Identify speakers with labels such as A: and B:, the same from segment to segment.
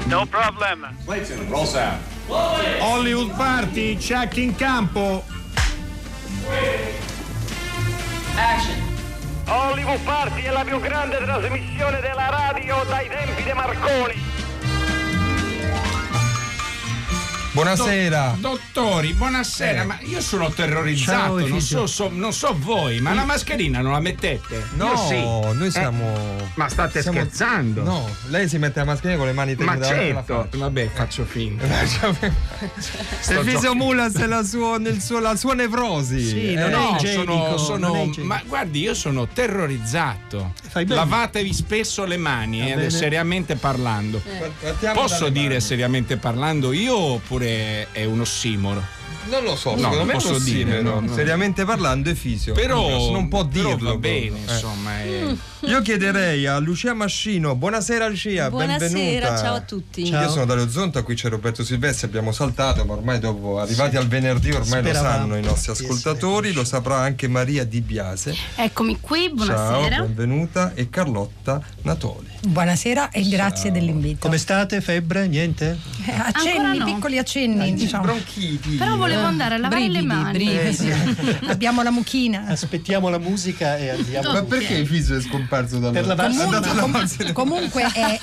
A: No problem.
B: Clayton, roll sound.
C: Hollywood Party, check in campo.
D: Action.
A: Hollywood Party è la più grande trasmissione della radio dai tempi di Marconi.
E: Buonasera.
C: Dottori, buonasera, ma io sono terrorizzato, non so voi, ma la mascherina non la mettete?
E: No,
C: Io sì.
E: noi siamo.
C: Ma state scherzando?
E: No, lei si mette la mascherina con le mani
C: Ma
E: davanti alla
C: certo,
E: faccia.
C: vabbè, faccio finta.
E: Il Fisio Mulas è la sua nevrosi.
F: Sì, non è igienico, non è igienico.
C: Ma guardi, io sono terrorizzato.
F: Fai bene.
C: Lavatevi spesso le mani, seriamente parlando.
E: Partiamo
C: Posso
E: dalle
C: dire
E: mani.
C: seriamente parlando io oppure è un ossimoro?
E: Non lo so,
C: No,
E: secondo
C: non
E: me
C: posso
E: è
C: dire,
E: ossimoro.
C: no.
E: Seriamente parlando è Fisio.
C: Però
E: non può dirlo.
C: va bene,
E: proprio.
C: insomma.
E: Io chiederei a Lucia Mascino. Buonasera Lucia,
G: Buonasera,
E: benvenuta.
G: ciao a tutti.
E: Io sono Dario Zonta, qui c'è Roberto Silvestri, abbiamo saltato, ma ormai dopo, arrivati al venerdì, ormai lo sanno i nostri ascoltatori, lo saprà anche Maria Di Biase.
H: Eccomi qui, buonasera.
E: Ciao, benvenuta, e Carlotta Natoli.
I: Buonasera e grazie dell'invito.
F: Come state? Febbre? Niente?
I: Accenni,
H: Ancora no.
I: piccoli accenni, diciamo.
E: Bronchiti.
H: Però volevo andare a lavare le mani.
I: Abbiamo la mucchina.
F: Aspettiamo la musica e andiamo.
E: Ma perché Fisio è scomparso dalla
F: Per lavare-
I: Comunque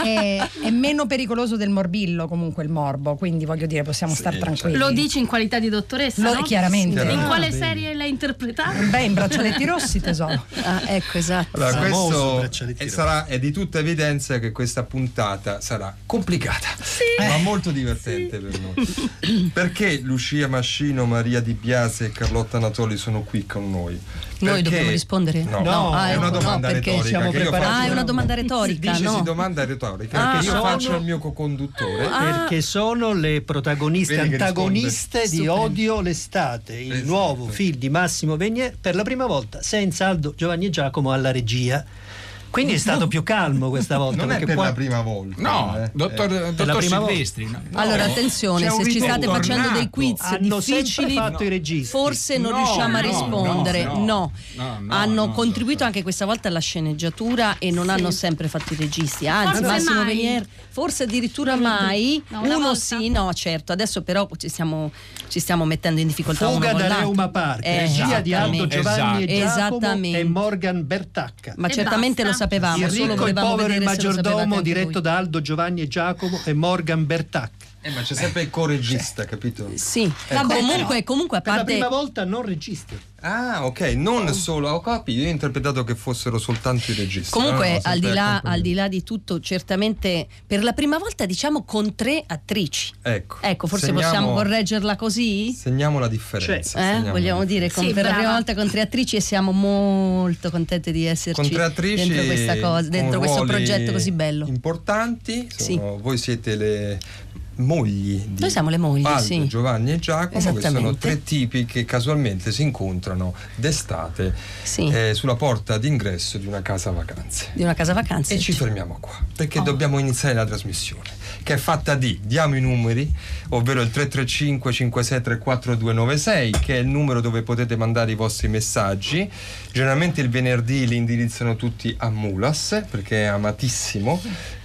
I: è meno pericoloso del morbillo, comunque il morbo, quindi voglio dire possiamo star tranquilli.
H: Lo dici in qualità di dottoressa, no?
I: Chiaramente.
H: In quale serie l'hai interpretato?
I: Beh, in Braccialetti Rossi, tesoro.
G: Ecco, esatto.
E: Allora,
F: Famoso
E: questo
F: braccialetti
E: è di tutta evidenza che questa puntata sarà complicata, ma molto divertente per noi. Perché Lucia Mascino, Maria Di Biase e Carlotta Natoli sono qui con noi?
G: Noi dobbiamo rispondere?
E: No, è una domanda
G: perché
E: retorica.
F: siamo
E: Che io
F: preparati.
E: faccio.
G: è una domanda retorica,
E: Dice
G: no?
E: si domanda retorica, perché io
F: sono-
E: faccio il mio co-conduttore.
F: Perché sono le protagoniste
E: Vedi che
F: antagoniste di
G: Stupendo.
F: Odio l'estate, il
E: Esatto.
F: nuovo film di Massimo Venier, per la prima volta senza Aldo, Giovanni e Giacomo alla regia. Quindi è stato più calmo questa volta.
E: Non è
F: perché
E: per
F: poi-
E: la prima volta.
C: No, dottor
F: prima volta.
C: Silvestri. No.
G: Allora, attenzione,
C: C'è un
G: se ci state
C: ritornato.
G: facendo dei quiz
F: Hanno sempre
G: difficili,
F: fatto i registi.
G: forse non
C: No,
G: riusciamo a
C: no,
G: rispondere.
C: no.
G: Hanno contribuito anche questa volta alla sceneggiatura e non hanno sempre fatto i registi. Anzi,
H: Forse
G: Massimo
H: mai.
G: Venier, forse addirittura mai.
H: No, una
G: Uno
H: volta.
G: sì, no, certo. Adesso però ci stiamo mettendo in difficoltà
F: Fuga
G: uno con
F: da
G: l'altro.
F: Reuma Park, regia di Aldo
G: Esattamente.
F: Giovanni e Giacomo
G: Esattamente.
F: e Morgan Bertacca.
G: Ma
H: E
G: certamente
H: basta.
G: lo sapevamo,
F: Il
G: solo
F: ricco, il
G: volevamo
F: povero e il
G: vedere se lo sapevate
F: maggiordomo,
G: anche
F: diretto
G: voi.
F: da Aldo Giovanni e Giacomo e Morgan Bertacca.
E: Ma c'è sempre il co-regista, capito?
G: Sì,
I: Vabbè,
G: comunque a
F: Per la
G: parte
F: prima volta non registi.
E: Ah, ok, non solo, ho capito, io ho interpretato che fossero soltanto i registi.
G: Comunque,
E: No,
G: al,
E: sempre
G: al di là di tutto, certamente per la prima volta diciamo con 3 attrici.
E: Ecco,
G: Forse
E: segniamo-
G: possiamo correggerla così?
E: Segniamo la differenza. segniamo
G: Vogliamo
E: la
G: dire
H: Sì,
G: per la prima
H: brava.
G: volta con 3 attrici e siamo molto contenti di esserci
E: con 3 attrici
G: dentro questa cosa, dentro
E: con
G: questo
E: ruoli
G: progetto così bello.
E: importanti.
G: Sì.
E: Voi siete le mogli di
G: Noi siamo le mogli,
E: Aldo,
G: sì.
E: Giovanni e Giacomo, che sono
G: Esattamente.
E: 3 tipi che casualmente si incontrano d'estate
G: Sì.
E: sulla porta d'ingresso di una casa vacanze.
G: Di una casa vacanze.
E: E ci fermiamo qua perché dobbiamo iniziare la trasmissione, che è fatta di, diamo i numeri, ovvero il 335 5634 296, che è il numero dove potete mandare i vostri messaggi. Generalmente il venerdì li indirizzano tutti a Mulas perché è amatissimo,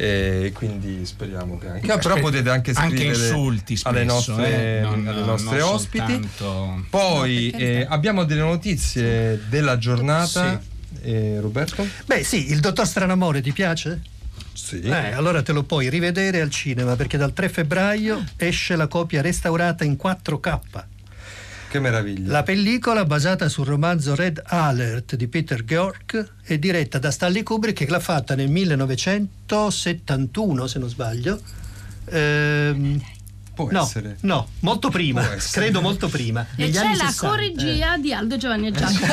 E: e quindi speriamo che anche però potete anche scrivere
C: insulti spesso,
E: alle nostre
C: non
E: ospiti.
C: soltanto-
E: Poi abbiamo delle notizie della giornata. Roberto?
F: Beh sì, il Dottor Stranamore ti piace?
E: Sì.
F: Allora te lo puoi rivedere al cinema perché dal 3 febbraio esce la copia restaurata in 4K.
E: Che meraviglia.
F: La pellicola, basata sul romanzo Red Alert di Peter Bjork, è diretta da Stanley Kubrick, che l'ha fatta nel 1971, se non sbaglio.
E: Può
F: No,
E: essere.
F: no, molto prima,
E: Può essere.
F: credo molto prima.
H: E
F: negli
H: c'è
F: anni
H: la
F: 60.
H: corregia di Aldo Giovanni e Giacomo.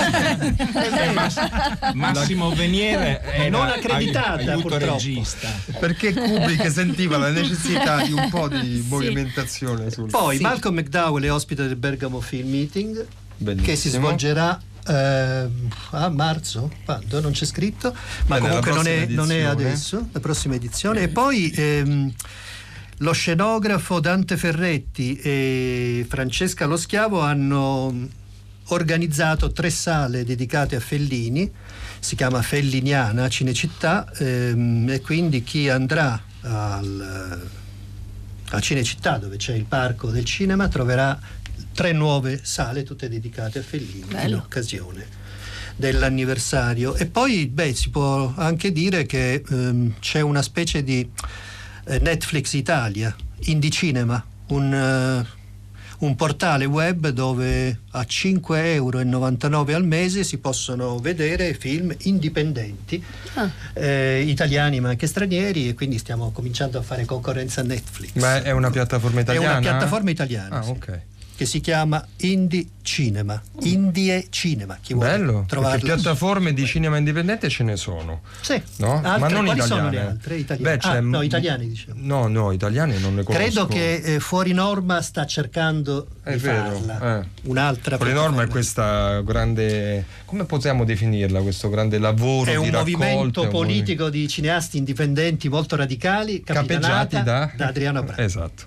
C: Massimo Venier è
F: Non accreditata,
C: aiuto
F: purtroppo.
C: regista.
E: Perché Kubrick sentiva la necessità di un po' di movimentazione sul
F: Poi Malcolm McDowell è ospite del Bergamo Film Meeting,
E: Bellissimo.
F: che si svolgerà a marzo, quando non c'è scritto, ma
E: Bene,
F: comunque
E: la
F: non è
E: prossima
F: adesso, la prossima edizione. E poi lo scenografo Dante Ferretti e Francesca Lo Schiavo hanno organizzato 3 sale dedicate a Fellini, si chiama Felliniana Cinecittà, e quindi chi andrà a Cinecittà, dove c'è il parco del cinema, troverà 3 nuove sale, tutte dedicate a Fellini. Bello. In occasione dell'anniversario. E poi si può anche dire che c'è una specie di Netflix Italia, Indie Cinema, un portale web dove a 5,99 € al mese si possono vedere film indipendenti, italiani ma anche stranieri, e quindi stiamo cominciando a fare concorrenza a Netflix.
E: Ma è una piattaforma italiana?
F: È una piattaforma italiana, sì,
E: ok.
F: che si chiama Indie Cinema. Indie Cinema, chi vuole trovarla.
E: Perché piattaforme di cinema indipendente ce ne sono.
F: Sì.
E: No?
F: Altre,
E: ma non
F: quali
E: italiane.
F: sono le altre? Italiane. No, italiani diciamo.
E: No, italiani non ne conosco.
F: Credo che Fuori Norma sta cercando di farla. Un'altra
E: Fuori Norma è questa grande, come possiamo definirla, questo grande lavoro
F: è
E: di raccolta.
F: È un movimento politico di cineasti indipendenti molto radicali,
E: capeggiati da
F: Adriano Bravo.
E: Esatto.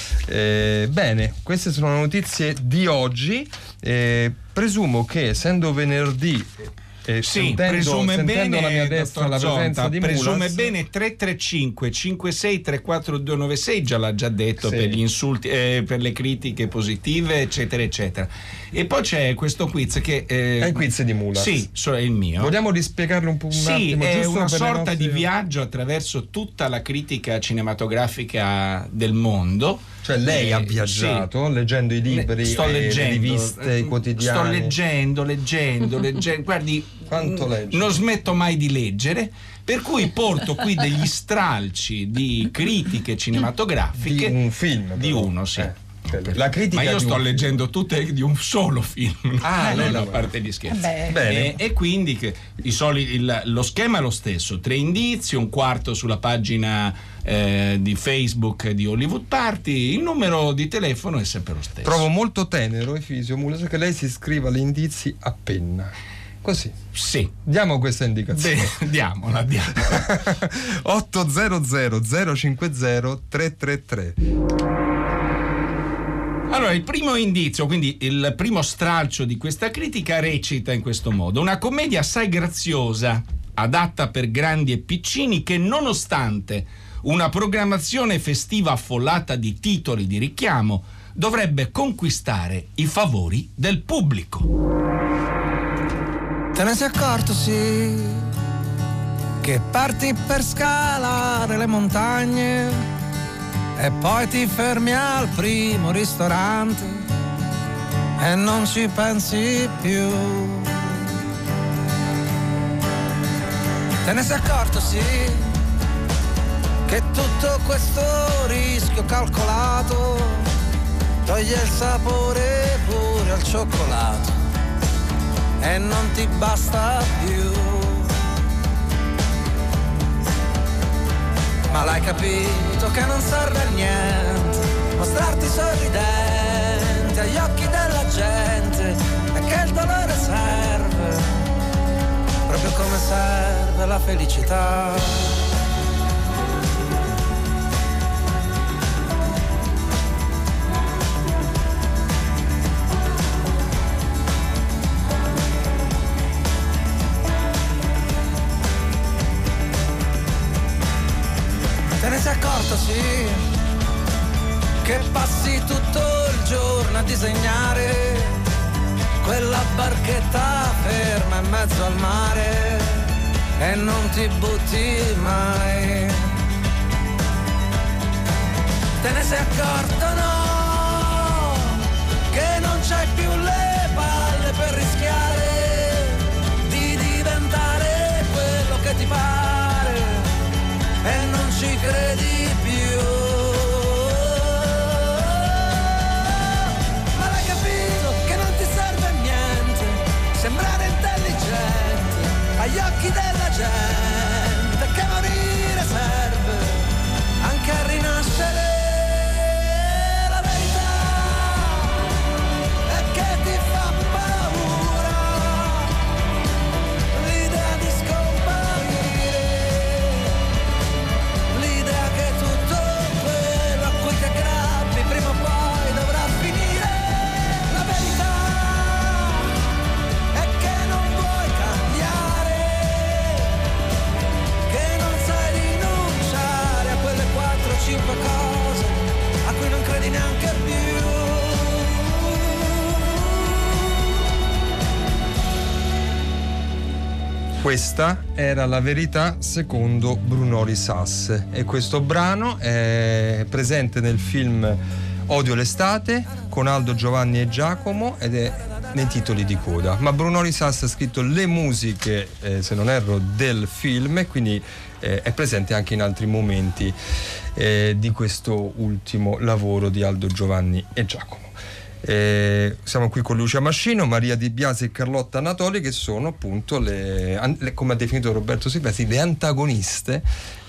E: Bene, queste sono le notizie di oggi. Presumo che essendo venerdì
C: presume bene,
E: la mia destra la presenza di
C: presume
E: Mulas.
C: bene 335 56 34 296, già l'ha già detto, per gli insulti, per le critiche positive, eccetera eccetera. E poi c'è questo quiz che
E: è il quiz di Mulas.
C: Sì, è il mio.
E: Vogliamo rispiegarlo un attimo?
C: È
E: giusto
C: una
E: per
C: sorta di viaggio attraverso tutta la critica cinematografica del mondo.
E: Cioè lei ha viaggiato leggendo i libri, le riviste, i quotidiani.
C: Sto leggendo. Guardi,
E: quanto leggi? Non
C: smetto mai di leggere, per cui porto qui degli stralci di critiche cinematografiche
E: di un film,
C: di uno, sì.
E: La critica,
C: ma io sto leggendo tutte di un solo film, non a parte di scherzi. E quindi lo schema è lo stesso: 3 indizi, un quarto sulla pagina di Facebook di Hollywood Party, il numero di telefono è sempre lo stesso.
E: Trovo molto tenero, Efisio Mulas, che lei si scriva gli indizi a penna. Così.
C: Sì.
E: Diamo questa indicazione.
C: Diamola.
E: 800 050 333.
C: Allora, il primo indizio, quindi il primo stralcio di questa critica recita in questo modo: una commedia assai graziosa, adatta per grandi e piccini, che nonostante una programmazione festiva affollata di titoli di richiamo, dovrebbe conquistare i favori del pubblico.
B: Te ne sei accorto, sì, che parti per scalare le montagne e poi ti fermi al primo ristorante e non ci pensi più. Te ne sei accorto, sì, che tutto questo rischio calcolato toglie il sapore pure al cioccolato e non ti basta più. Ma l'hai capito che non serve a niente mostrarti sorridente agli occhi della gente, e che il dolore serve proprio come serve la felicità. Te ne sei accorto, sì, che passi tutto il giorno a disegnare quella barchetta ferma in mezzo al mare e non ti butti mai. Te ne sei accorto, no, che non c'hai più le palle per rischiare di diventare quello che ti pare e non ci credi più. Ma l'hai capito che non ti serve a niente sembrare intelligente agli occhi della gente, che morire serve anche a rinascere. La verità è che
E: Questa era la verità secondo Bruno Risas, e questo brano è presente nel film Odio l'estate con Aldo, Giovanni e Giacomo ed è nei titoli di coda. Ma Bruno Risas ha scritto le musiche, se non erro, del film, e quindi è presente anche in altri momenti di questo ultimo lavoro di Aldo, Giovanni e Giacomo. Siamo qui con Lucia Mascino, Maria Di Biase e Carlotta Anatoli, che sono appunto come ha definito Roberto Silvestri, le antagoniste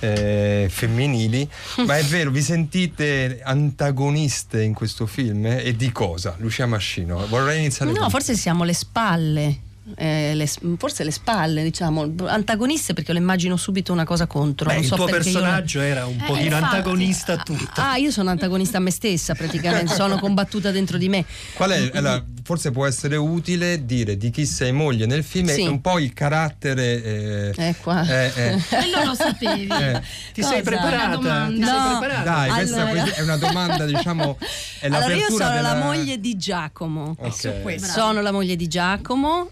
E: femminili. Ma è vero, vi sentite antagoniste in questo film? E di cosa? Lucia Mascino, vorrei iniziare
G: No, forse siamo le spalle. Forse le spalle, diciamo, antagoniste, perché lo immagino subito una cosa contro. Non
F: il
G: so
F: tuo
G: perché
F: personaggio era un pochino antagonista a tutto.
G: Io sono antagonista a me stessa, praticamente. Sono combattuta dentro di me.
E: Qual è? Forse può essere utile dire di chi sei moglie nel film,
G: Sì.
E: è un po' il carattere.
G: Qua.
H: Quello lo sapevi.
F: Ti sei preparata? Ti sei preparata?
E: Dai, questa è una domanda, diciamo, è l'apertura
G: io sono
E: della...
G: la moglie di Giacomo.
E: Ok.
G: Sono la moglie di Giacomo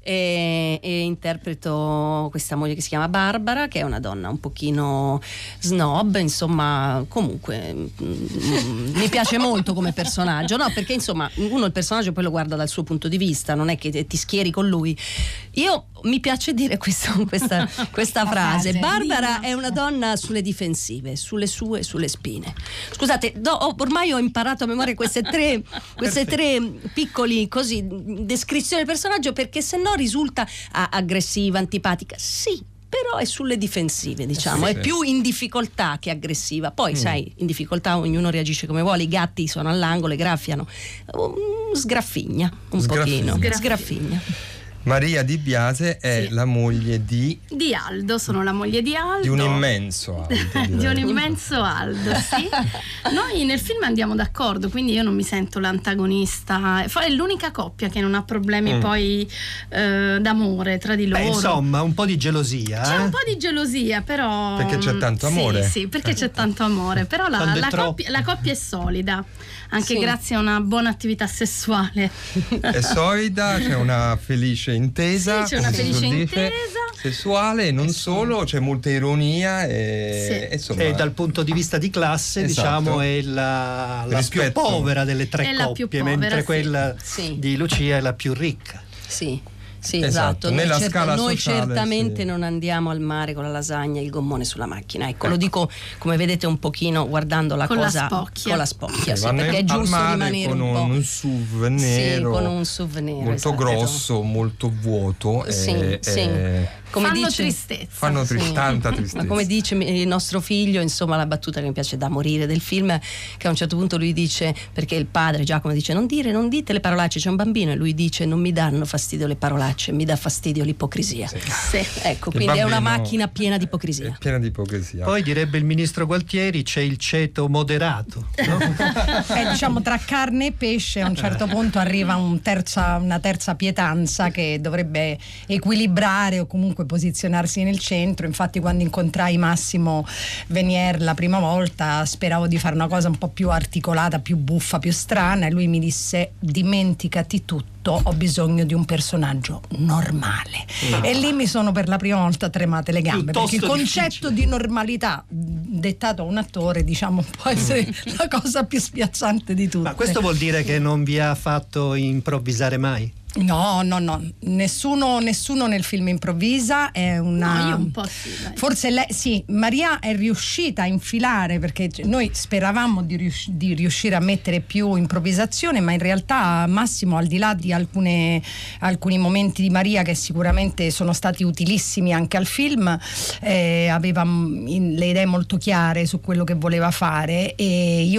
G: e interpreto questa moglie che si chiama Barbara, che è una donna un pochino snob, insomma. Comunque mi piace molto come personaggio, no? Perché insomma uno il personaggio poi lo guarda dal suo punto di vista, non è che ti schieri con lui. Mi piace dire questa frase. Barbara è una donna sulle difensive, sulle sue, sulle spine. Scusate, ormai ho imparato a memoria queste tre piccoli così descrizioni del personaggio, perché se no risulta aggressiva, antipatica. Sì, però è sulle difensive, diciamo,
E: Sì.
G: è più in difficoltà che aggressiva. Poi sai, in difficoltà ognuno reagisce come vuole, i gatti sono all'angolo e graffiano. Sgraffigna un pochino. Sgraffigna.
E: Maria Di Biase è la moglie di
H: Aldo, sono la moglie di Aldo.
E: Di un immenso Aldo.
H: Di un immenso Aldo, sì. Noi nel film andiamo d'accordo, quindi io non mi sento l'antagonista. È l'unica coppia che non ha problemi poi d'amore tra di loro.
F: Insomma, un po' di gelosia.
H: C'è un po' di gelosia, però.
E: Perché c'è tanto amore.
H: Sì, perché c'è tanto amore. Però la coppia è solida, anche grazie a una buona attività sessuale.
E: È solida, c'è una felice intesa,
H: c'è una felice intesa
E: sessuale, e non solo, c'è molta ironia e insomma,
F: e dal punto di vista di classe, diciamo, è la più povera delle tre coppie, mentre quella di Lucia è la più ricca.
G: Sì, esatto.
E: Nella scala
G: noi
E: sociale,
G: certamente non andiamo al mare con la lasagna e il gommone sulla macchina. Ecco, lo dico, come vedete, un pochino guardando la cosa con la spocchia, perché è giusto rimanere
E: con
G: un po'.
E: Un SUV nero,
G: con un SUV nero
E: molto grosso, molto vuoto.
G: Come
H: fanno
E: tanta tristezza.
G: Ma come dice il nostro figlio, insomma, la battuta che mi piace da morire del film, che a un certo punto lui dice, perché il padre Giacomo dice non dite le parolacce, c'è un bambino, e lui dice non mi danno fastidio le parolacce, mi dà fastidio l'ipocrisia. Ecco, quindi è una macchina piena di ipocrisia.
E: Piena di ipocrisia.
F: Poi direbbe il ministro Gualtieri, c'è il ceto moderato, no?
I: Diciamo, tra carne e pesce a un certo punto arriva una terza pietanza che dovrebbe equilibrare o comunque posizionarsi nel centro. Infatti quando incontrai Massimo Venier la prima volta speravo di fare una cosa un po' più articolata, più buffa, più strana, e lui mi disse dimenticati tutto, ho bisogno di un personaggio normale. E lì mi sono per la prima volta tremate le gambe, perché il concetto di normalità dettato a un attore, diciamo, può essere la cosa più spiazzante di tutte.
F: Ma questo vuol dire che non vi ha fatto improvvisare mai?
I: No, nessuno nel film improvvisa, è una...
H: No, io un po' sì, dai.
I: Forse Maria è riuscita a infilare, perché noi speravamo di riuscire a mettere più improvvisazione, ma in realtà Massimo, al di là di alcuni momenti di Maria che sicuramente sono stati utilissimi anche al film, aveva le idee molto chiare su quello che voleva fare, e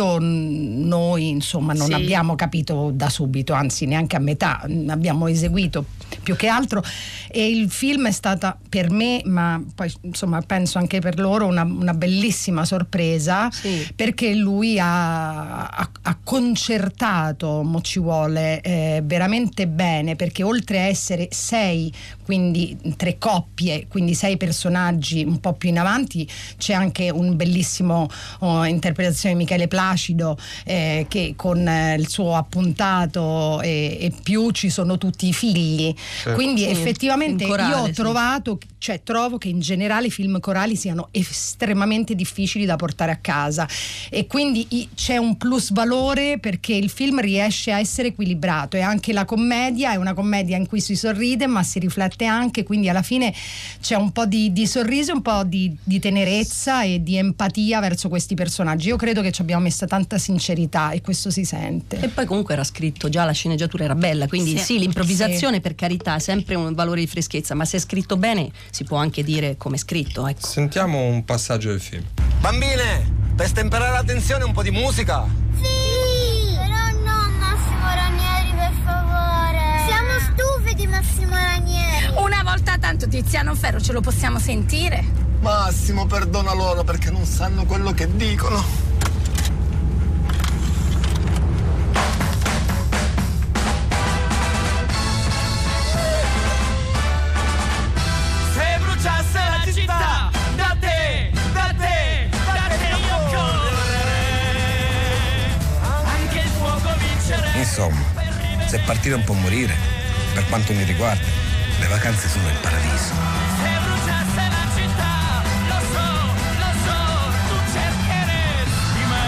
I: noi insomma non abbiamo capito da subito, anzi neanche a metà, abbiamo eseguito più che altro, e il film è stata per me, ma poi insomma penso anche per loro, una bellissima sorpresa, perché lui ha concertato, mo ci vuole, veramente bene, perché oltre a essere 6, quindi 3 coppie, quindi 6 personaggi un po' più in avanti, c'è anche un bellissimo interpretazione di Michele Placido, che con il suo appuntato, e più ci sono tutti i figli Quindi effettivamente
G: corale,
I: io ho
G: sì.
I: trovo che in generale i film corali siano estremamente difficili da portare a casa, e quindi c'è un plus valore perché il film riesce a essere equilibrato, e anche la commedia è una commedia in cui si sorride ma si riflette anche, quindi alla fine c'è un po' di sorriso, un po' di tenerezza e di empatia verso questi personaggi. Io credo che ci abbiamo messa tanta sincerità e questo si sente.
G: E poi comunque era scritto già, la sceneggiatura era bella, quindi sì, l'improvvisazione per carità è sempre un valore di freschezza, ma se è scritto bene si può anche dire come è scritto, ecco.
E: Sentiamo un passaggio del film.
B: Bambine, per stemperare la tensione un po' di musica.
J: Sì, però no, Massimo Ranieri, per favore. Siamo stufi di Massimo Ranieri.
H: Una volta tanto Tiziano Ferro ce lo possiamo sentire?
B: Massimo, perdona loro perché non sanno quello che dicono.
A: Se bruciasse la città, da te io correrei. Anche il fuoco vincerei.
B: Insomma, se partire non può morire, per quanto mi riguarda, le vacanze sono il paradiso.
A: Se bruciasse la città, lo so, tu cercheresti me.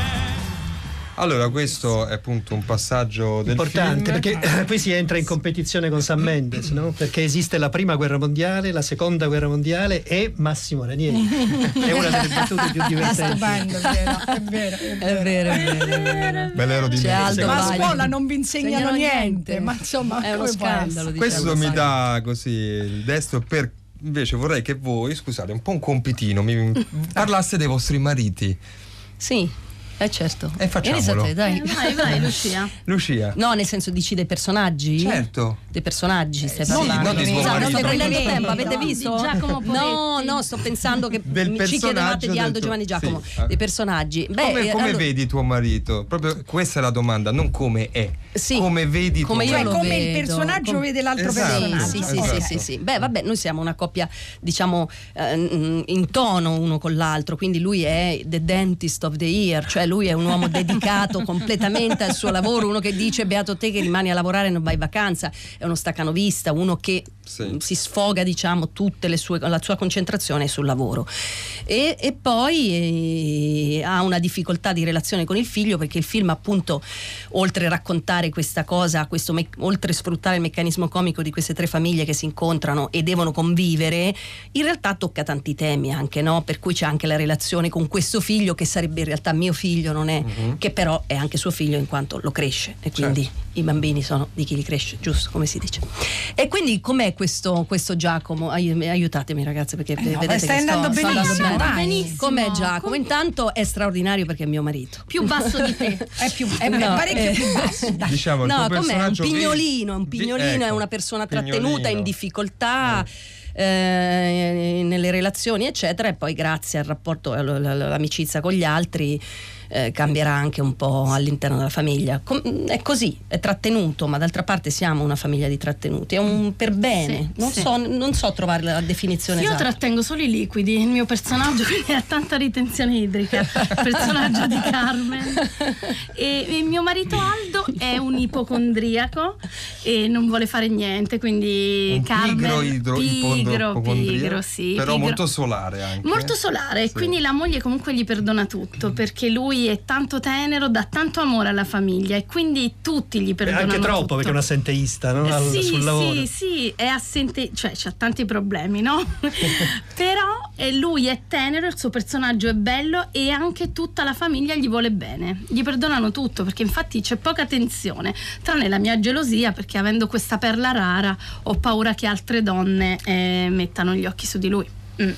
E: Allora, questo è appunto un passaggio del
F: Importante,
E: film.
F: perché qui si entra in competizione con Sam Mendes, no? Perché esiste la prima guerra mondiale, la seconda guerra mondiale e Massimo Ranieri. È una delle battute più divertenti.
I: Stupendo, è vero.
E: Me l'ero
G: C'è
E: dimenticato.
G: Aldo
I: Ma a
G: Vaglio.
I: scuola non vi insegnano
G: Insegnano
I: niente,
G: niente.
I: ma insomma
G: È uno
I: come può
G: scandalo,
I: essere?
E: Questo mi dà così il destro per... Invece vorrei che voi, scusate, un po' un compitino, mi parlaste dei vostri mariti.
G: Sì, certo.
E: E facciamolo.
G: Iniziate, dai.
H: Vai, Lucia.
E: Lucia.
G: No, nel senso dici dei personaggi?
E: Certo.
G: Dei personaggi stai
E: sì,
G: parlando.
E: non di suo
G: Esatto,
E: marito.
G: sto prendendo
I: Vedi,
G: tempo,
I: no,
G: avete
H: di
G: visto?
H: Giacomo Poretti.
G: No, sto pensando che
E: Del
G: ci
E: personaggio
G: chiedevate di
E: del
G: Aldo
E: tuo-
G: Giovanni Giacomo,
E: sì.
G: dei personaggi. Beh,
E: Come
G: allora-
E: vedi tuo marito? Proprio questa è la domanda, non come è.
G: Sì.
E: Come vedi
G: Come
E: tuo
G: io
I: Cioè
G: lo
E: marito?
I: come il
G: vedo.
I: personaggio vede l'altro
E: Esatto.
I: personaggio.
G: Sì,
E: Esatto.
G: sì. Beh, vabbè, noi siamo una coppia, diciamo, in tono uno con l'altro, quindi lui è the dentist of the year, cioè lui è un uomo dedicato completamente al suo lavoro, uno che dice beato te che rimani a lavorare e non vai in vacanza, è uno staccanovista, uno che
E: Sì.
G: si sfoga, diciamo, la sua concentrazione sul lavoro. E poi ha una difficoltà di relazione con il figlio, perché il film, appunto, oltre a raccontare questa cosa, oltre a sfruttare il meccanismo comico di queste tre famiglie che si incontrano e devono convivere, in realtà tocca tanti temi anche, no? Per cui c'è anche la relazione con questo figlio che sarebbe in realtà mio figlio, non è, che però è anche suo figlio in quanto lo cresce, e quindi i bambini sono di chi li cresce, giusto come si dice. E quindi com'è questo Giacomo? Aiutatemi, ragazze, perché vedete
I: stai
G: che
I: andando
G: sto andando
I: benissimo,
G: bene.
I: vai.
H: Benissimo.
G: Com'è Giacomo? Intanto è straordinario perché è mio marito.
H: Più basso di te.
I: È
G: No,
I: parecchio più basso. Dai.
E: Diciamo, il
G: No,
E: tuo
G: com'è? Un
E: personaggio
G: pignolino,
E: ecco,
G: è una persona trattenuta,
E: pignolino.
G: in difficoltà nelle relazioni, eccetera, e poi grazie al rapporto, all'amicizia con gli altri, cambierà anche un po' all'interno della famiglia. È così, è trattenuto, ma d'altra parte siamo una famiglia di trattenuti, è un per bene.
H: Sì,
G: non so trovare la definizione
H: Io
G: esatta.
H: trattengo solo i liquidi, il mio personaggio quindi ha tanta ritenzione idrica, il personaggio di Carmen. E mio marito Aldo è un ipocondriaco e non vuole fare niente, quindi
E: Un
H: Carmen
E: pigro,
H: sì,
E: però
H: pigro.
E: molto solare anche.
H: Molto solare,
E: Sì.
H: quindi la moglie comunque gli perdona tutto, perché lui è tanto tenero, dà tanto amore alla famiglia e quindi tutti gli
F: E
H: perdonano
F: anche troppo,
H: tutto.
F: perché è un assenteista, no? Sul lavoro.
H: Sì, è assente, cioè c'ha tanti problemi, no? Però lui è tenero, il suo personaggio è bello e anche tutta la famiglia gli vuole bene. Gli perdonano tutto, perché infatti c'è poca tensione, tranne la mia gelosia, perché avendo questa perla rara ho paura che altre donne mettano gli occhi su di lui.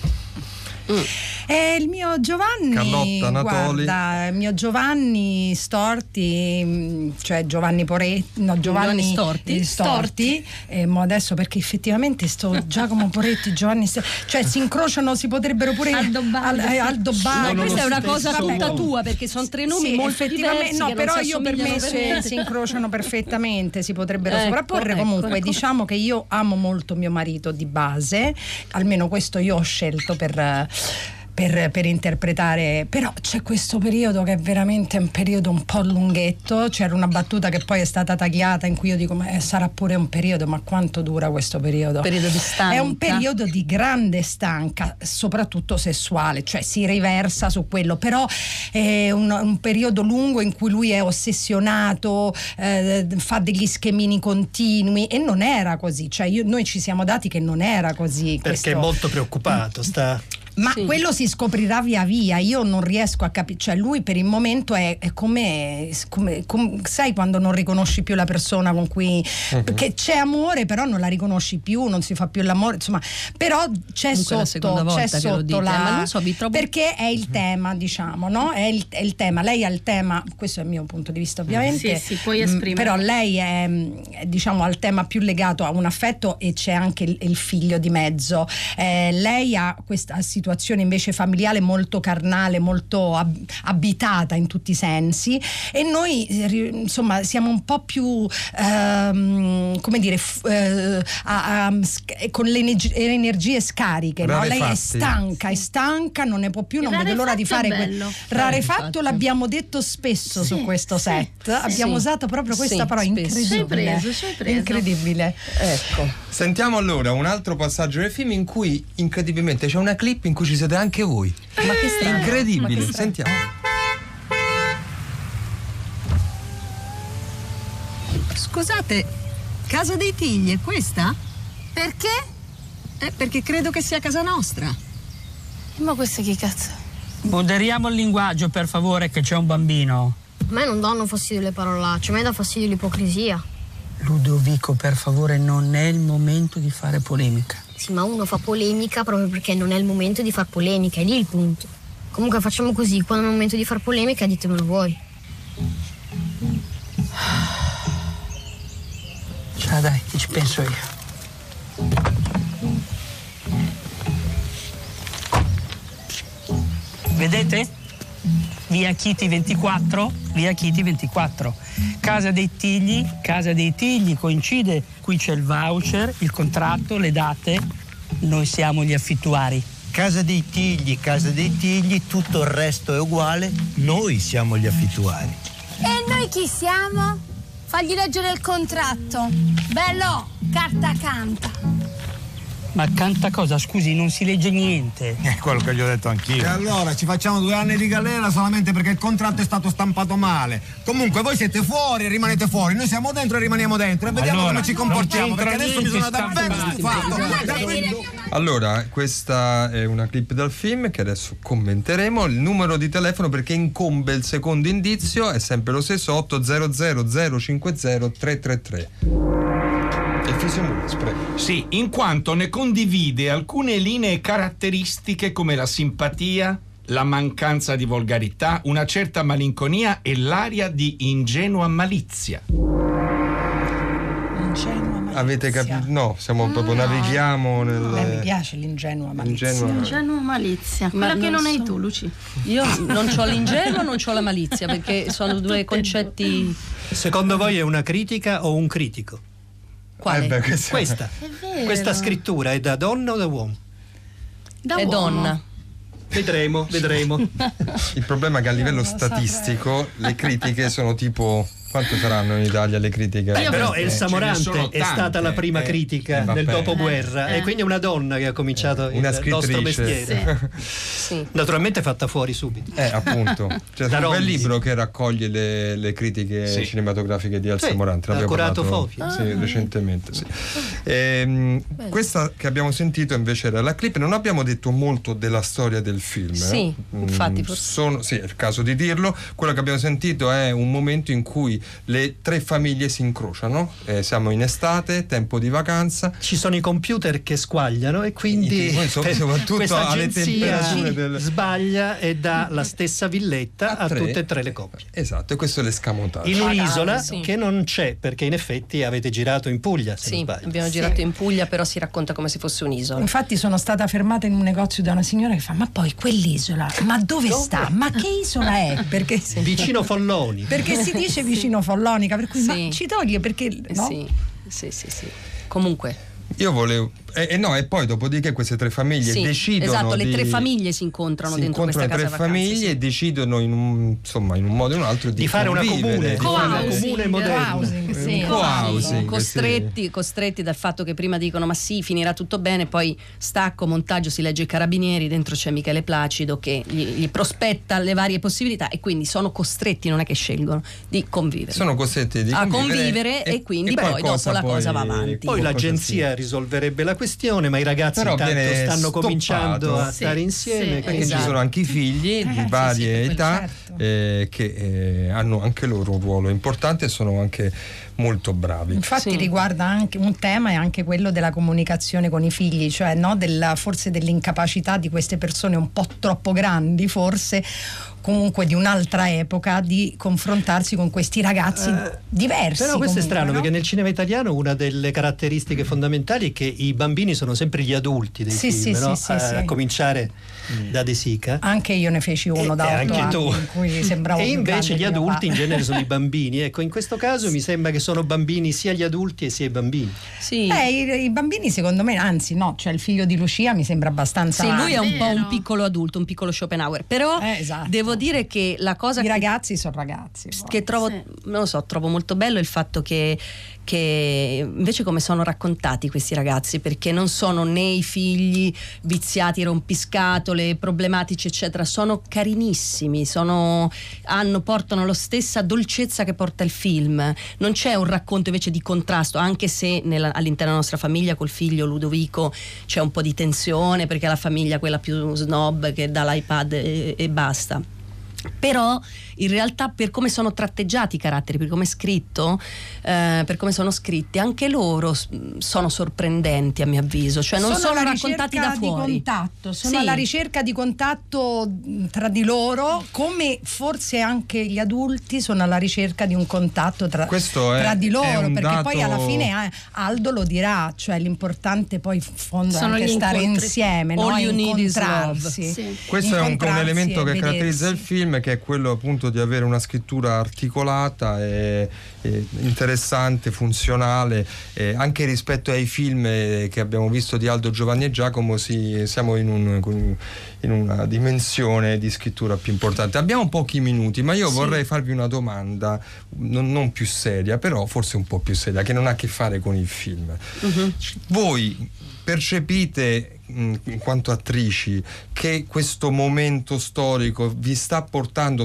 I: E il mio Giovanni,
E: Carlotta Natoli.
I: guarda, il mio Giovanni Storti, cioè Giovanni Poretti, no, Giovanni Storti, mo adesso perché effettivamente Giacomo Poretti, Giovanni cioè si incrociano, si potrebbero pure
H: Aldo Bari.
G: Questa è una cosa
F: stesso
G: tutta
F: nome.
G: tua, perché sono tre nomi
I: sì,
G: molto
I: effettivamente
G: diversi,
I: no,
G: che non
I: però
G: si
I: io per
G: assomigliano
I: me
G: per niente.
I: si incrociano perfettamente, si potrebbero
G: Ecco,
I: sovrapporre.
G: ecco,
I: Comunque
G: ecco.
I: diciamo che io amo molto mio marito di base, almeno questo io ho scelto per interpretare, però c'è questo periodo che è veramente un periodo un po' lunghetto. C'era una battuta che poi è stata tagliata in cui io dico ma sarà pure un periodo, ma quanto dura questo periodo?
G: Periodo di stanca.
I: È un periodo di grande stanca, soprattutto sessuale, cioè si riversa su quello, però è un periodo lungo in cui lui è ossessionato, fa degli schemini continui, e non era così, cioè noi ci siamo dati che non era così.
F: Perché è molto preoccupato,
I: Ma quello si scoprirà via via, io non riesco a capire, cioè lui per il momento è come sai quando non riconosci più la persona con cui che c'è amore però non la riconosci più, non si fa più l'amore, insomma, però c'è sotto
G: ma non so, vi trovo...
I: perché è il tema, diciamo, no? È il tema, lei ha il tema, questo è il mio punto di vista ovviamente,
H: sì, puoi esprimere,
I: però lei è, diciamo, al tema più legato a un affetto, e c'è anche il figlio di mezzo. Lei ha questa situazione invece familiare molto carnale, molto abitata in tutti i sensi, e noi insomma siamo un po' più come dire con le energie scariche, no? Lei è stanca, non ne può più, non vede l'ora di fare rarefatto. L'abbiamo detto spesso su questo set, abbiamo usato proprio questa parola, incredibile.
H: Ci hai preso.
I: Incredibile.
G: Ecco.
E: Sentiamo allora un altro passaggio del film in cui incredibilmente c'è una clip in cui ci siete anche voi.
G: Ma che strano.
E: Incredibile, sentiamo.
K: Scusate, Casa dei Tigli è questa? Perché? Perché credo che sia casa nostra.
J: Ma questo chi cazzo?
L: Moderiamo il linguaggio, per favore, che c'è un bambino.
J: A me non danno fastidio le parolacce, a me dà fastidio l'ipocrisia.
L: Ludovico, per favore, non è il momento di fare polemica.
J: Sì, ma uno fa polemica proprio perché non è il momento di far polemica, è lì il punto. Comunque facciamo così, quando è il momento di far polemica ditemelo voi.
L: Ciao, dai, che ci penso io. Vedete? Via Chiti 24, via Chiti 24. Casa dei Tigli, coincide, qui c'è il voucher, il contratto, le date, noi siamo gli affittuari.
M: Casa dei Tigli, tutto il resto è uguale, noi siamo gli affittuari.
J: E noi chi siamo? Fagli leggere il contratto. Bello, carta canta.
L: Ma canta cosa? Scusi, non si legge niente.
M: È quello che gli ho detto anch'io.
N: E allora ci facciamo 2 anni di galera solamente perché il contratto è stato stampato male. Comunque voi siete fuori e rimanete fuori, noi siamo dentro e rimaniamo dentro e vediamo come ci comportiamo, perché adesso mi sono davvero stufato.
E: Allora, questa è una clip dal film che adesso commenteremo. Il numero di telefono, perché incombe il secondo indizio, è sempre lo stesso: 800 050 333.
C: Sì, in quanto ne condivide alcune linee caratteristiche come la simpatia, la mancanza di volgarità, una certa malinconia e l'aria di ingenua malizia.
I: Ingenua malizia.
E: Avete capito? No, siamo proprio navighiamo nel...
I: mi piace l'ingenua malizia.
H: Ingenua malizia, quella che non hai tu, Luci.
G: Io non c'ho l'ingenua, non c'ho la malizia, perché sono 2 concetti.
F: Secondo voi è una critica o un critico?
G: Quale?
F: Questa. Questa scrittura è da donna o da uomo?
G: È donna.
F: Vedremo.
E: Il problema è che a livello statistico le critiche sono tipo... Quanto saranno in Italia le critiche?
F: Però Elsa Morante è stata la prima critica del dopoguerra e quindi è una donna che ha cominciato il nostro mestiere.
G: Sì.
F: Naturalmente fatta fuori subito.
E: Appunto. C'è un bel libro che raccoglie le critiche cinematografiche di Elsa Morante.
F: Ha curato Fofia.
E: Sì, recentemente. Sì. Questa che abbiamo sentito invece era la clip. Non abbiamo detto molto della storia del film.
G: Sì, infatti.
E: Sì, è il caso di dirlo. Quello che abbiamo sentito è un momento in cui le 3 famiglie si incrociano, siamo in estate, tempo di vacanza,
F: ci sono i computer che squagliano e quindi
E: soprattutto alle temperature
F: sbaglia e dà la stessa villetta a tutte e 3 le coppie.
E: Esatto, e questo è l'escamotage
F: in un'isola che non c'è, perché in effetti avete girato in Puglia, se non sbaglio.
G: Abbiamo girato in Puglia, però si racconta come se fosse un'isola.
I: Infatti sono stata fermata in un negozio da una signora che fa: ma poi quell'isola, ma dove sta? Ma che isola è? Perché
F: vicino Folloni,
I: perché si dice vicino Follonica, per cui ma ci toglie, perché no?
G: Sì. Comunque
E: io volevo E poi dopodiché queste tre famiglie decidono.
G: Esatto, le tre famiglie si incontrano dentro questa casa vacanze.
E: Le tre famiglie e decidono in un modo o in un altro di
F: fare una comune,
G: co-housing, costretti dal fatto che prima dicono ma sì, finirà tutto bene, poi stacco, montaggio, si legge i Carabinieri, dentro c'è Michele Placido che gli prospetta le varie possibilità e quindi sono costretti, non è che scelgono, di convivere.
E: Sono costretti
G: a convivere e quindi poi dopo la cosa va avanti.
F: Poi l'agenzia risolverebbe la questione, ma i ragazzi intanto stanno cominciando a stare insieme.
E: Perché ci sono anche i figli di varie età che hanno anche loro un ruolo importante e sono anche molto bravi.
I: Infatti riguarda anche un tema, è anche quello della comunicazione con i figli, cioè forse dell'incapacità di queste persone un po' troppo grandi, forse comunque di un'altra epoca, di confrontarsi con questi ragazzi diversi.
F: Però questo
I: comunque,
F: è strano,
I: no?
F: perché nel cinema italiano una delle caratteristiche fondamentali è che i bambini sono sempre gli adulti dei film, no? A cominciare da De Sica.
I: Anche io ne feci uno da 8 anni in cui sembravo
F: e
I: più
F: invece gli adulti in genere sono i
I: bambini.
F: bambini. Ecco, in questo caso mi sembra che sono bambini sia gli adulti e sia i bambini.
G: Sì.
I: I bambini secondo me, anzi no, cioè il figlio di Lucia mi sembra abbastanza...
G: Sì, lui è un po' un piccolo adulto, un piccolo Schopenhauer, però
I: esatto.
G: Devo dire che la cosa
I: I ragazzi sono ragazzi.
G: Che trovo, non lo so, trovo molto bello il fatto che invece come sono raccontati questi ragazzi, perché non sono né i figli viziati, rompiscatole, problematici eccetera, sono carinissimi, portano la stessa dolcezza che porta il film, non c'è un racconto invece di contrasto, anche se all'interno della nostra famiglia col figlio Ludovico c'è un po' di tensione perché è la famiglia quella più snob che dà l'iPad e basta. Però in realtà per come sono tratteggiati i caratteri, per come è scritto, per come sono scritti, anche loro sono sorprendenti a mio avviso, cioè non sono raccontati da fuori.
I: Sono alla ricerca di contatto tra di loro, come forse anche gli adulti sono alla ricerca di un contatto tra di loro, perché poi alla fine Aldo lo dirà, cioè l'importante poi in fondo è anche stare insieme,
G: all
I: no?
G: you need is
I: Incontrarsi.
G: love.
E: Questo è un elemento che caratterizza il film, che è quello appunto di avere una scrittura articolata e interessante, funzionale, anche rispetto ai film che abbiamo visto di Aldo, Giovanni e Giacomo. Siamo in una dimensione di scrittura più importante. Abbiamo pochi minuti, ma io vorrei farvi una domanda non più seria, però forse un po' più seria, che non ha a che fare con il film. Voi percepite, in quanto attrici, che questo momento storico vi sta portando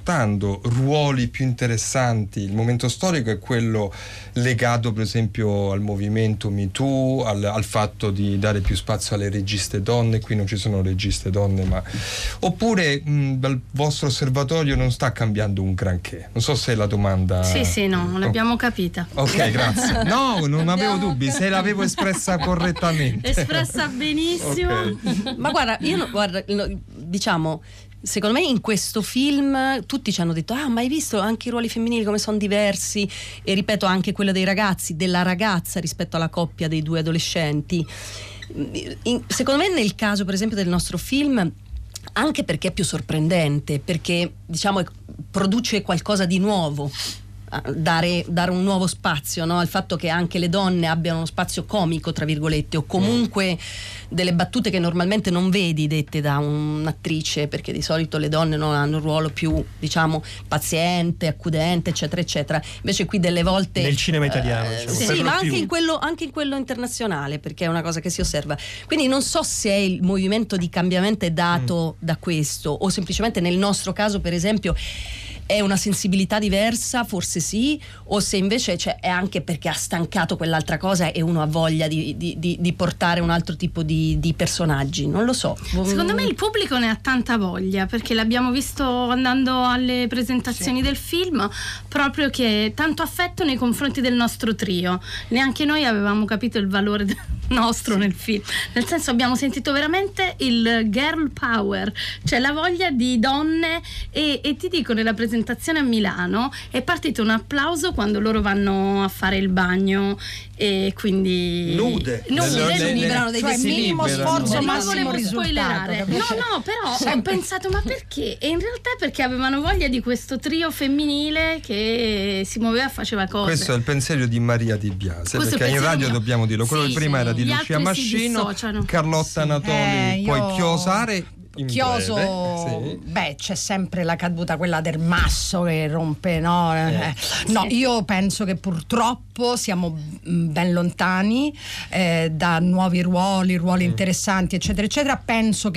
E: ruoli più interessanti? Il momento storico è quello legato per esempio al movimento Me Too, al fatto di dare più spazio alle registe donne. Qui non ci sono registe donne, ma oppure dal vostro osservatorio non sta cambiando un granché? Non so se la domanda...
H: Sì, no, l'abbiamo capita.
E: Ok, grazie. No, non avevo dubbi, se l'avevo espressa correttamente.
H: Espressa benissimo.
E: Okay.
G: Ma guarda, diciamo, secondo me in questo film tutti ci hanno detto: ah, ma hai visto anche i ruoli femminili come sono diversi? E ripeto, anche quello dei ragazzi, della ragazza rispetto alla coppia dei due adolescenti. Secondo me nel caso per esempio del nostro film, anche perché è più sorprendente, perché diciamo produce qualcosa di nuovo, dare un nuovo spazio, no? Al fatto che anche le donne abbiano uno spazio comico tra virgolette, o comunque delle battute che normalmente non vedi dette da un'attrice, perché di solito le donne non hanno un ruolo più, diciamo, paziente, accudente, eccetera eccetera. Invece qui delle volte
F: nel cinema italiano
G: sì, ma anche in quello internazionale, perché è una cosa che si osserva. Quindi non so se il movimento di cambiamento è dato da questo, o semplicemente nel nostro caso per esempio è una sensibilità diversa, forse sì, o se invece è anche perché ha stancato quell'altra cosa e uno ha voglia di portare un altro tipo di personaggi, non lo so.
H: Secondo me il pubblico ne ha tanta voglia, perché l'abbiamo visto andando alle presentazioni del film, proprio che tanto affetto nei confronti del nostro trio. Neanche noi avevamo capito il valore nostro nel film, nel senso abbiamo sentito veramente il girl power, cioè la voglia di donne, e ti dico, nella presentazione presentazione a Milano, è partito un applauso quando loro vanno a fare il bagno e quindi
F: nude
I: si librano dei minimo sforzo, massimo risultato.
H: No, però ho pensato, ma perché? E in realtà è perché avevano voglia di questo trio femminile che si muoveva e faceva cose.
E: Questo è il pensiero di Maria Di Biase,
H: Questo
E: perché in radio
H: mio.
E: dobbiamo dirlo. Quello
H: Sì,
E: prima era di
H: gli
E: Lucia
H: altri si
E: Mascino,
H: dissociano.
E: Carlotta Natoli, poi Chiosare.
I: Chioso, beh, c'è sempre la caduta quella del masso che rompe, no? No, io penso che purtroppo siamo ben lontani da nuovi ruoli interessanti, eccetera, eccetera. Penso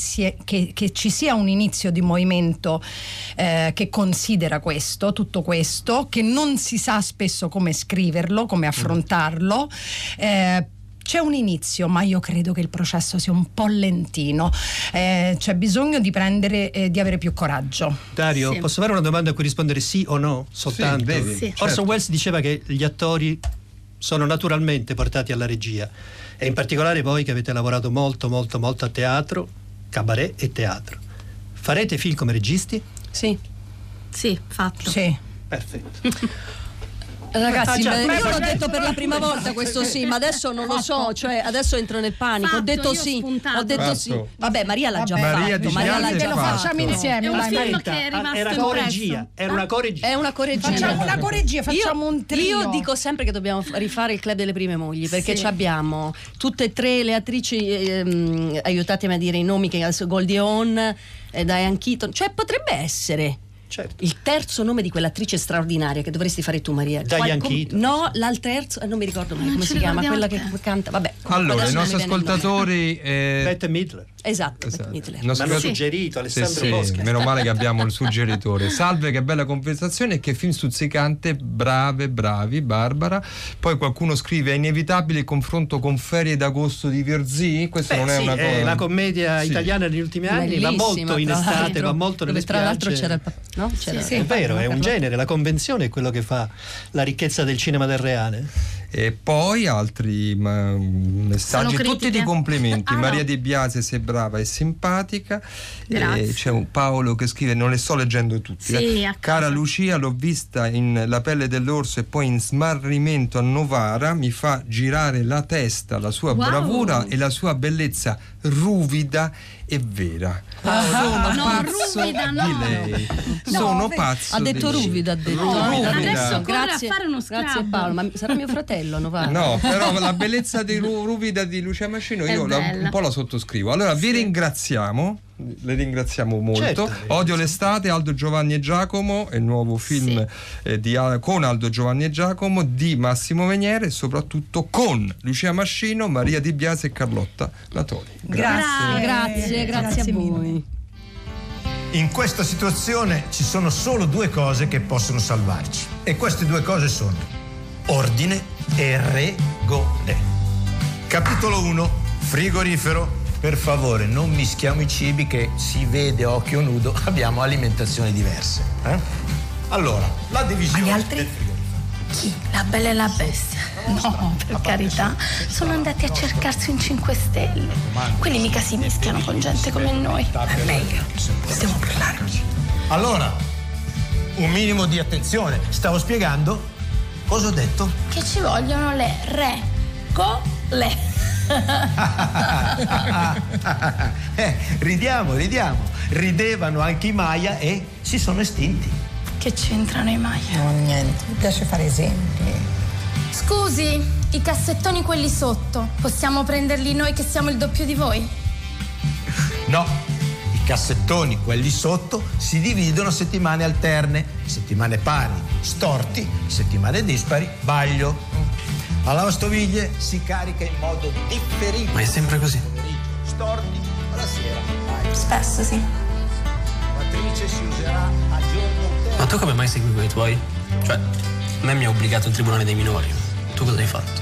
I: che ci sia un inizio di movimento che considera tutto questo, che non si sa spesso come scriverlo, come affrontarlo. C'è un inizio, ma io credo che il processo sia un po' lentino. C'è bisogno di avere più coraggio.
F: Dario, posso fare una domanda a cui rispondere sì o no? Soltanto.
E: Sì.
F: Orson Welles diceva che gli attori sono naturalmente portati alla regia, e in particolare voi che avete lavorato molto a teatro, cabaret e teatro. Farete film come registi?
H: Sì, fatto.
I: Sì.
F: Perfetto.
G: Ragazzi, io l'ho detto per la prima volta questo sì, ma adesso non lo so, cioè adesso entro nel panico. Ho detto sì. Vabbè, Maria l'ha già fatto.
I: Maria l'ha già fatto. Facciamo insieme.
H: È un film che è rimasto impresso.
F: Era una corregia.
G: È una corregia.
I: Facciamo una corregia, facciamo un trio.
G: Io dico sempre che dobbiamo rifare il Club delle Prime Mogli, perché abbiamo tutte e tre le attrici, aiutatemi a dire i nomi, che Goldie Hawn, Diane Keaton, cioè potrebbe essere il terzo nome di quell'attrice straordinaria che dovresti fare tu, Maria.
F: Diane Keaton.
G: No, terzo non mi ricordo mai come si chiama, quella che canta. Vabbè.
E: Allora, i nostri ascoltatori
F: Bette Midler.
G: Esatto.
F: Mi hanno suggerito Alessandro Bosca.
E: Meno male che abbiamo il suggeritore. Salve, che bella conversazione e che film stuzzicante, bravi, Barbara. Poi qualcuno scrive: è inevitabile il confronto con Ferie d'agosto di Virzì. Questo non è una cosa.
F: È la commedia italiana negli ultimi anni, va molto in estate, va molto nelle spiagge.
G: Tra l'altro c'era
F: è vero, è un genere, la convenzione è quello che fa la ricchezza del cinema del reale.
E: E poi altri messaggi, tutti di complimenti. Maria Di Biase, sei brava e simpatica. C'è un Paolo che scrive: non le sto leggendo tutti. Cara Lucia, l'ho vista in La pelle dell'orso e poi in Smarrimento a Novara, mi fa girare la testa la sua bravura e la sua bellezza ruvida e vera. Sono pazzo di lei. Sono pazzo.
G: Ha detto
E: di lei.
G: ruvida, ha detto.
H: Adesso corre a fare uno scrub.
G: Grazie Paolo, ma sarà mio fratello, Novara.
E: No, però la bellezza di ruvida di Lucia Mascino io un po' la sottoscrivo. Allora vi ringraziamo. Le ringraziamo molto. Odio l'estate, Aldo, Giovanni e Giacomo, è il nuovo film con Aldo, Giovanni e Giacomo di Massimo Veniere, e soprattutto con Lucia Mascino, Maria Di Biase e Carlotta Natoli.
G: Grazie a voi.
O: In questa situazione ci sono solo due cose che possono salvarci, e queste due cose sono ordine e regole. Capitolo 1: frigorifero. Per favore, non mischiamo i cibi, che si vede a occhio nudo abbiamo alimentazioni diverse. Allora, la divisione.
H: Ma gli altri? Chi? La Bella e la Bestia? No, per carità, sono andati a cercarsi un 5 Stelle. Quindi mica si mischiano con gente come noi. È meglio. Stiamo parlare.
O: Allora, un minimo di attenzione. Stavo spiegando. Cosa ho detto?
H: Che ci vogliono le regole.
O: Ridiamo. Ridevano anche i Maya e si sono estinti.
H: Che c'entrano i Maya?
I: No, niente, mi piace fare esempi.
H: Scusi, i cassettoni quelli sotto, possiamo prenderli noi che siamo il doppio di voi?
O: No, i cassettoni quelli sotto si dividono a settimane alterne, settimane pari, storti, settimane dispari, baglio. La lavastoviglie si carica in modo differito.
P: Ma è sempre così?
O: Storti alla sera.
H: Spesso sì.
O: La matrice si userà a giorno intero.
P: Ma tu come mai segui quei tuoi? Cioè, a me mi ha obbligato il tribunale dei minori. Tu cosa hai fatto?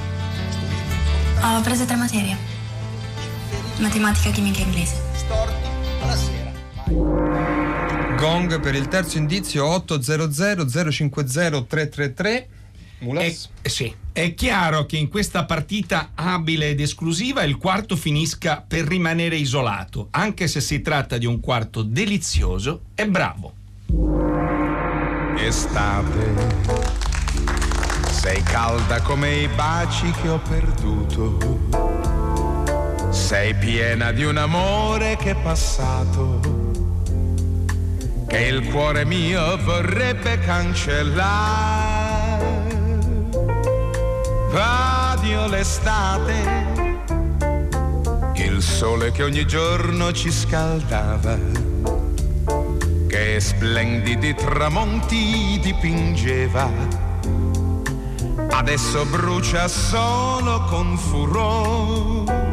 Q: Ho preso 3 materie. Matematica, chimica e inglese.
O: Storti alla sera.
E: Gong per il terzo indizio 800 050 333.
C: Sì, è chiaro che in questa partita abile ed esclusiva il quarto finisca per rimanere isolato, anche se si tratta di un quarto delizioso e bravo.
R: estate, sei calda come i baci che ho perduto, sei piena di un amore che è passato, che il cuore mio vorrebbe cancellare. Addio l'estate, il sole che ogni giorno ci scaldava, che splendidi tramonti dipingeva, adesso brucia solo con furore.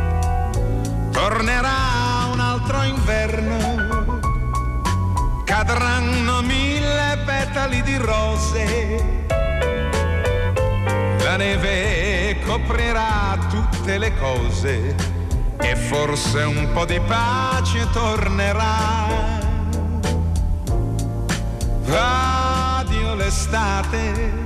R: Tornerà un altro inverno, cadranno 1000 petali di rose, la neve coprirà tutte le cose e forse un po' di pace tornerà. Addio l'estate.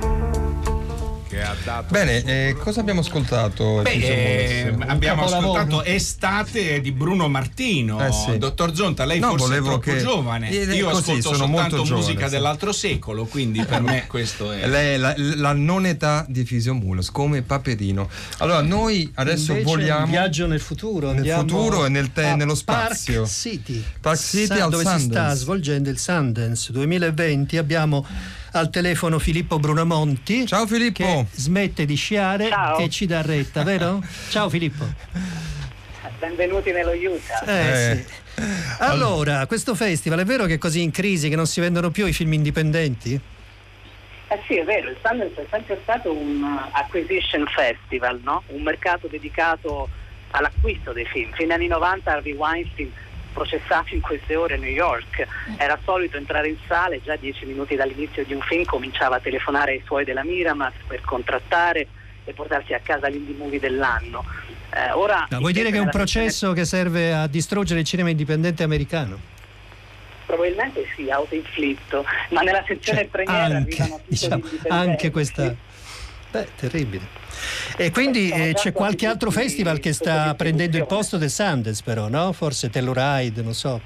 E: Bene, cosa abbiamo ascoltato?
C: Abbiamo ascoltato Estate di Bruno Martino.
E: Sì.
C: Dottor Zonta, lei forse è troppo giovane. Io ascolto soltanto musica dell'altro secolo, quindi per me questo è.
E: Lei la non età di Fisiomulos, come Paperino. Allora, noi adesso
F: invece
E: vogliamo.
F: Un viaggio nel futuro.
E: Nel futuro e nello spazio.
F: Park City.
E: Park City al
F: dove
E: Sundance.
F: si sta svolgendo il Sundance 2020. Abbiamo al telefono Filippo Brunamonti.
E: Ciao Filippo.
F: Che smette di sciare e ci dà retta, vero? Ciao Filippo.
S: Benvenuti nello Utah.
F: Sì. Allora, questo festival è vero che è così in crisi che non si vendono più i film indipendenti?
S: Sì, è vero, il Sundance è sempre stato un acquisition festival, no? Un mercato dedicato all'acquisto dei film. Fino agli anni 90 Harvey Weinstein, processato in queste ore a New York, era solito entrare in sala e già 10 minuti dall'inizio di un film cominciava a telefonare ai suoi della Miramax per contrattare e portarsi a casa l'indie movie dell'anno. Ora
F: vuoi dire che è un processo che serve a distruggere il cinema indipendente americano?
S: Probabilmente sì, autoinflitto, ma nella sezione premiere arrivano
F: anche questa. Terribile. E quindi c'è qualche altro festival che sta prendendo il posto del Sundance, però, no? Forse Telluride, non so.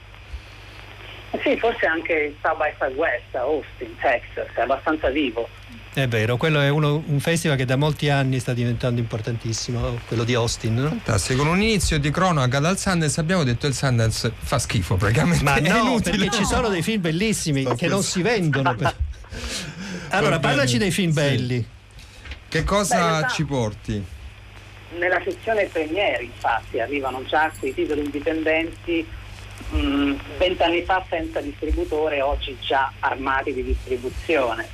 S: Sì, forse anche il South by Southwest a Austin, Texas, è abbastanza vivo.
F: È vero, quello è un festival che da molti anni sta diventando importantissimo, quello di Austin, no?
E: Fantastico, con un inizio di cronaca dal Sundance abbiamo detto il Sundance fa schifo praticamente.
F: Ma no,
E: inutile.
F: perché ci sono dei film bellissimi che non si vendono. Allora, parlaci dei film belli.
E: Che cosa ci porti?
S: Nella sezione premiere, infatti, arrivano già quei titoli indipendenti 20 anni fa senza distributore, oggi già armati di distribuzione.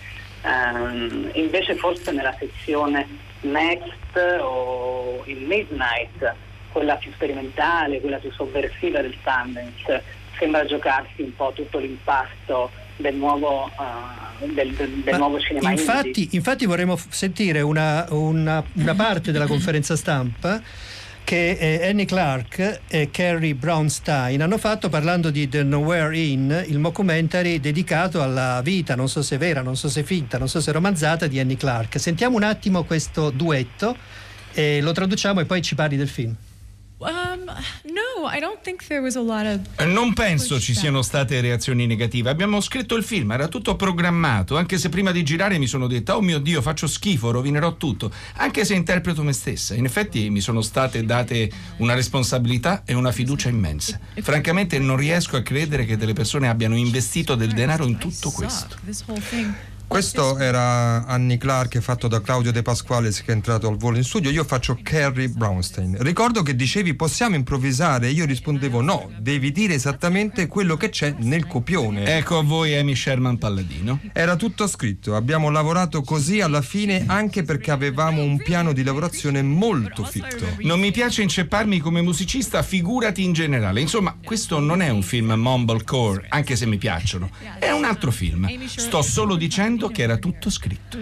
S: Invece forse nella sezione Next o il Midnight, quella più sperimentale, quella più sovversiva del Sundance, sembra giocarsi un po' tutto l'impasto del nuovo nuovo cinema
F: infatti vorremmo sentire una parte della conferenza stampa che Annie Clark e Carrie Brownstein hanno fatto parlando di The Nowhere Inn, il mockumentary dedicato alla vita, non so se vera, non so se finta, non so se romanzata, di Annie Clark. Sentiamo un attimo questo duetto e lo traduciamo e poi ci parli del film.
T: No, I don't think there was a lot of...
C: Non penso ci siano state reazioni negative. Abbiamo scritto il film, era tutto programmato, anche se prima di girare mi sono detta: oh mio Dio, faccio schifo, rovinerò tutto, anche se interpreto me stessa. In effetti mi sono state date una responsabilità e una fiducia immensa. Francamente non riesco a credere che delle persone abbiano investito del denaro in tutto questo.
E: Questo era Annie Clark, fatto da Claudio De Pasqualis, che è entrato al volo in studio. Io faccio Carrie Brownstein. Ricordo che dicevi possiamo improvvisare, io rispondevo no, devi dire esattamente quello che c'è nel copione.
C: Ecco a voi Amy Sherman Palladino.
E: Era tutto scritto, abbiamo lavorato così alla fine anche perché avevamo un piano di lavorazione molto fitto.
C: Non mi piace incepparmi come musicista, figurati in generale. Insomma, questo non è un film mumblecore, anche se mi piacciono. È un altro film. Sto solo dicendo che era tutto scritto.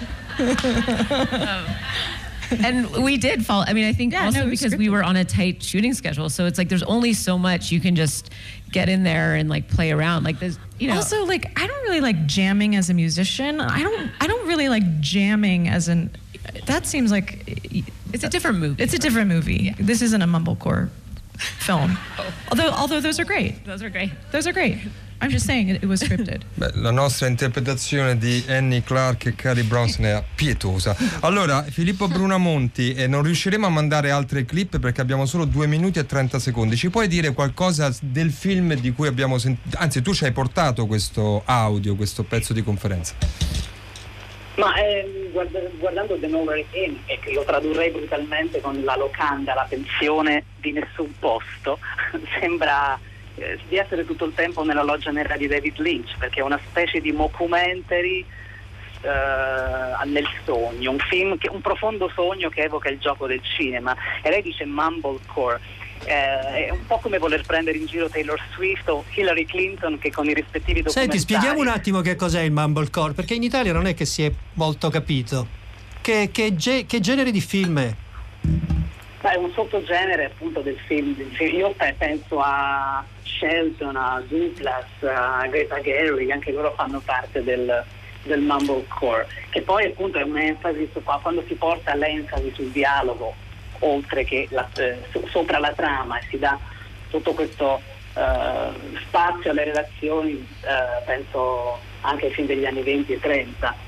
T: And we did fall. I mean, I think also because we were on a tight shooting schedule, so it's like there's only so much you can just get in there and like play around. Like there's, you know.
U: Also, like I don't really like jamming as a musician. I don't really like jamming as an. That seems like
T: it's a different movie.
U: It's a different movie. Yeah. This isn't a mumblecore film. Although those are great.
T: Those are great.
U: Those are great. I'm just saying it was scripted.
E: Beh, la nostra interpretazione di Annie Clark e Carrie Bronson è pietosa. Allora, Filippo Brunamonti, non riusciremo a mandare altre clip perché abbiamo solo 2 minuti e 30 secondi. Ci puoi dire qualcosa del film di cui abbiamo sentito? Anzi, tu ci hai portato questo audio, questo pezzo di conferenza.
S: Ma guardando The Nowhere In, e che lo tradurrei brutalmente con la locanda, la pensione di nessun posto, sembra di essere tutto il tempo nella loggia nera di David Lynch, perché è una specie di mockumentary nel sogno, un film un profondo sogno che evoca il gioco del cinema. E lei dice mumblecore, è un po' come voler prendere in giro Taylor Swift o Hillary Clinton, che con i rispettivi documentari.
F: Senti, spieghiamo un attimo che cos'è il mumblecore, perché in Italia non è che si è molto capito. Che genere di film è?
S: È un sottogenere appunto del film. Io penso a Shelton, a Duplass, a Greta Gerwig, anche loro fanno parte del mumblecore, che poi appunto è un'enfasi quando si porta l'enfasi sul dialogo oltre che sopra la trama, e si dà tutto questo spazio alle relazioni, penso anche ai film degli anni 20 e 30.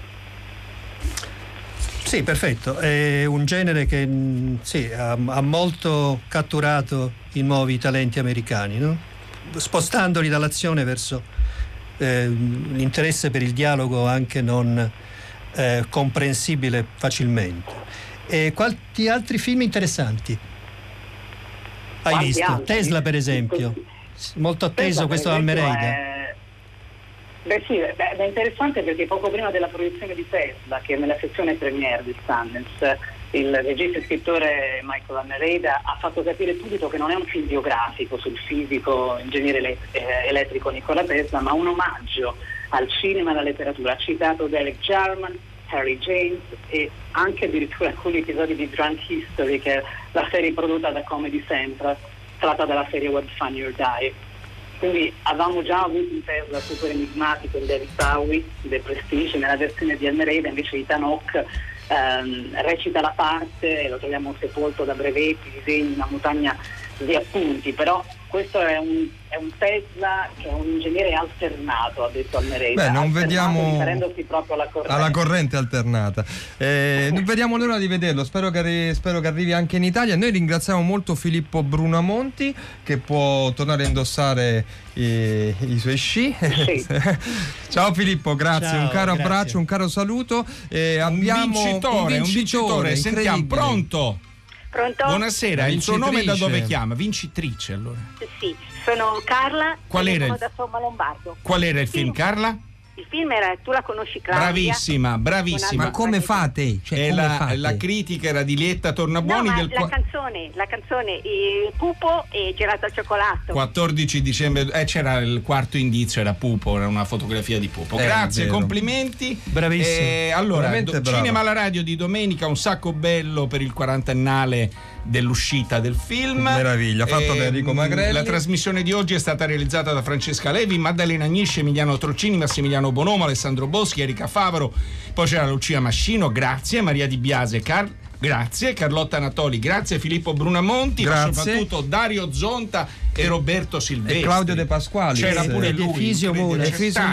F: Sì, perfetto, è un genere che ha molto catturato i nuovi talenti americani, no? Spostandoli dall'azione verso l'interesse per il dialogo anche non comprensibile facilmente. E quanti altri film interessanti hai visto? Tesla, per esempio, molto atteso questo da Almeida.
S: È interessante perché poco prima della proiezione di Tesla, che è nella sezione premiere di Sundance, il regista e scrittore Michael Almeida ha fatto capire subito che non è un film biografico sul fisico ingegnere elettrico Nikola Tesla, ma un omaggio al cinema e alla letteratura. Ha citato Derek Jarman, Harry James e anche addirittura alcuni episodi di Drunk History, che è la serie prodotta da Comedy Central, tratta dalla serie What Fun You Die. Quindi avevamo già avuto un Tesla super enigmatico in David Bowie, The Prestige. Nella versione di Almeida invece Ethan Hawke recita la parte e lo troviamo sepolto da brevetti, disegni, una montagna di appunti. Però questo è un Tesla che è un ingegnere alternato, ha detto Almeida.
E: Non vediamo,
S: riferendosi proprio alla corrente
E: alternata. Non vediamo l'ora di vederlo, spero che arrivi anche in Italia. Noi ringraziamo molto Filippo Brunamonti, che può tornare a indossare i suoi sci. Sì. Ciao Filippo, grazie. Ciao, un caro abbraccio, un caro saluto. Abbiamo un vincitore. Sentiamo,
D: Pronto?
C: Buonasera, il suo nome da dove chiama? Vincitrice, allora.
D: Sì, sono Carla.
C: Qual era
D: da Somma Lombardo.
C: Qual era il film, Carla?
D: Il film era, tu la conosci, Claudia?
C: Bravissima.
E: Ma come fate?
C: La critica era di Lietta Tornabuoni.
D: No, la canzone il Pupo e Gelato al cioccolato.
C: 14 dicembre, c'era il quarto indizio, era Pupo, era una fotografia di Pupo. Grazie, complimenti.
F: Bravissimo.
C: Allora, Cinema alla radio di domenica, un sacco bello per il 40ennale dell'uscita del film.
E: Meraviglia, fatto da Enrico Magrelli.
C: La trasmissione di oggi è stata realizzata da Francesca Levi, Maddalena Agnisci, Emiliano Trocini, Massimiliano Bonomo, Alessandro Boschi, Erika Favaro, poi c'era Lucia Mascino, grazie, Maria Di Biase, grazie, Carlotta Anatoli, grazie, Filippo Brunamonti, ma soprattutto Dario Zonta e Roberto Silvestri
E: e Claudio De Pasquali.
C: C'era pure lui,
F: Efisio Mula.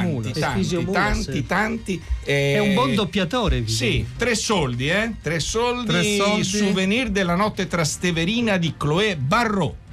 C: Tanti.
F: È un buon doppiatore.
C: Sì, 3 soldi, 3 soldi. Souvenir della notte trasteverina di Chloé Barrault.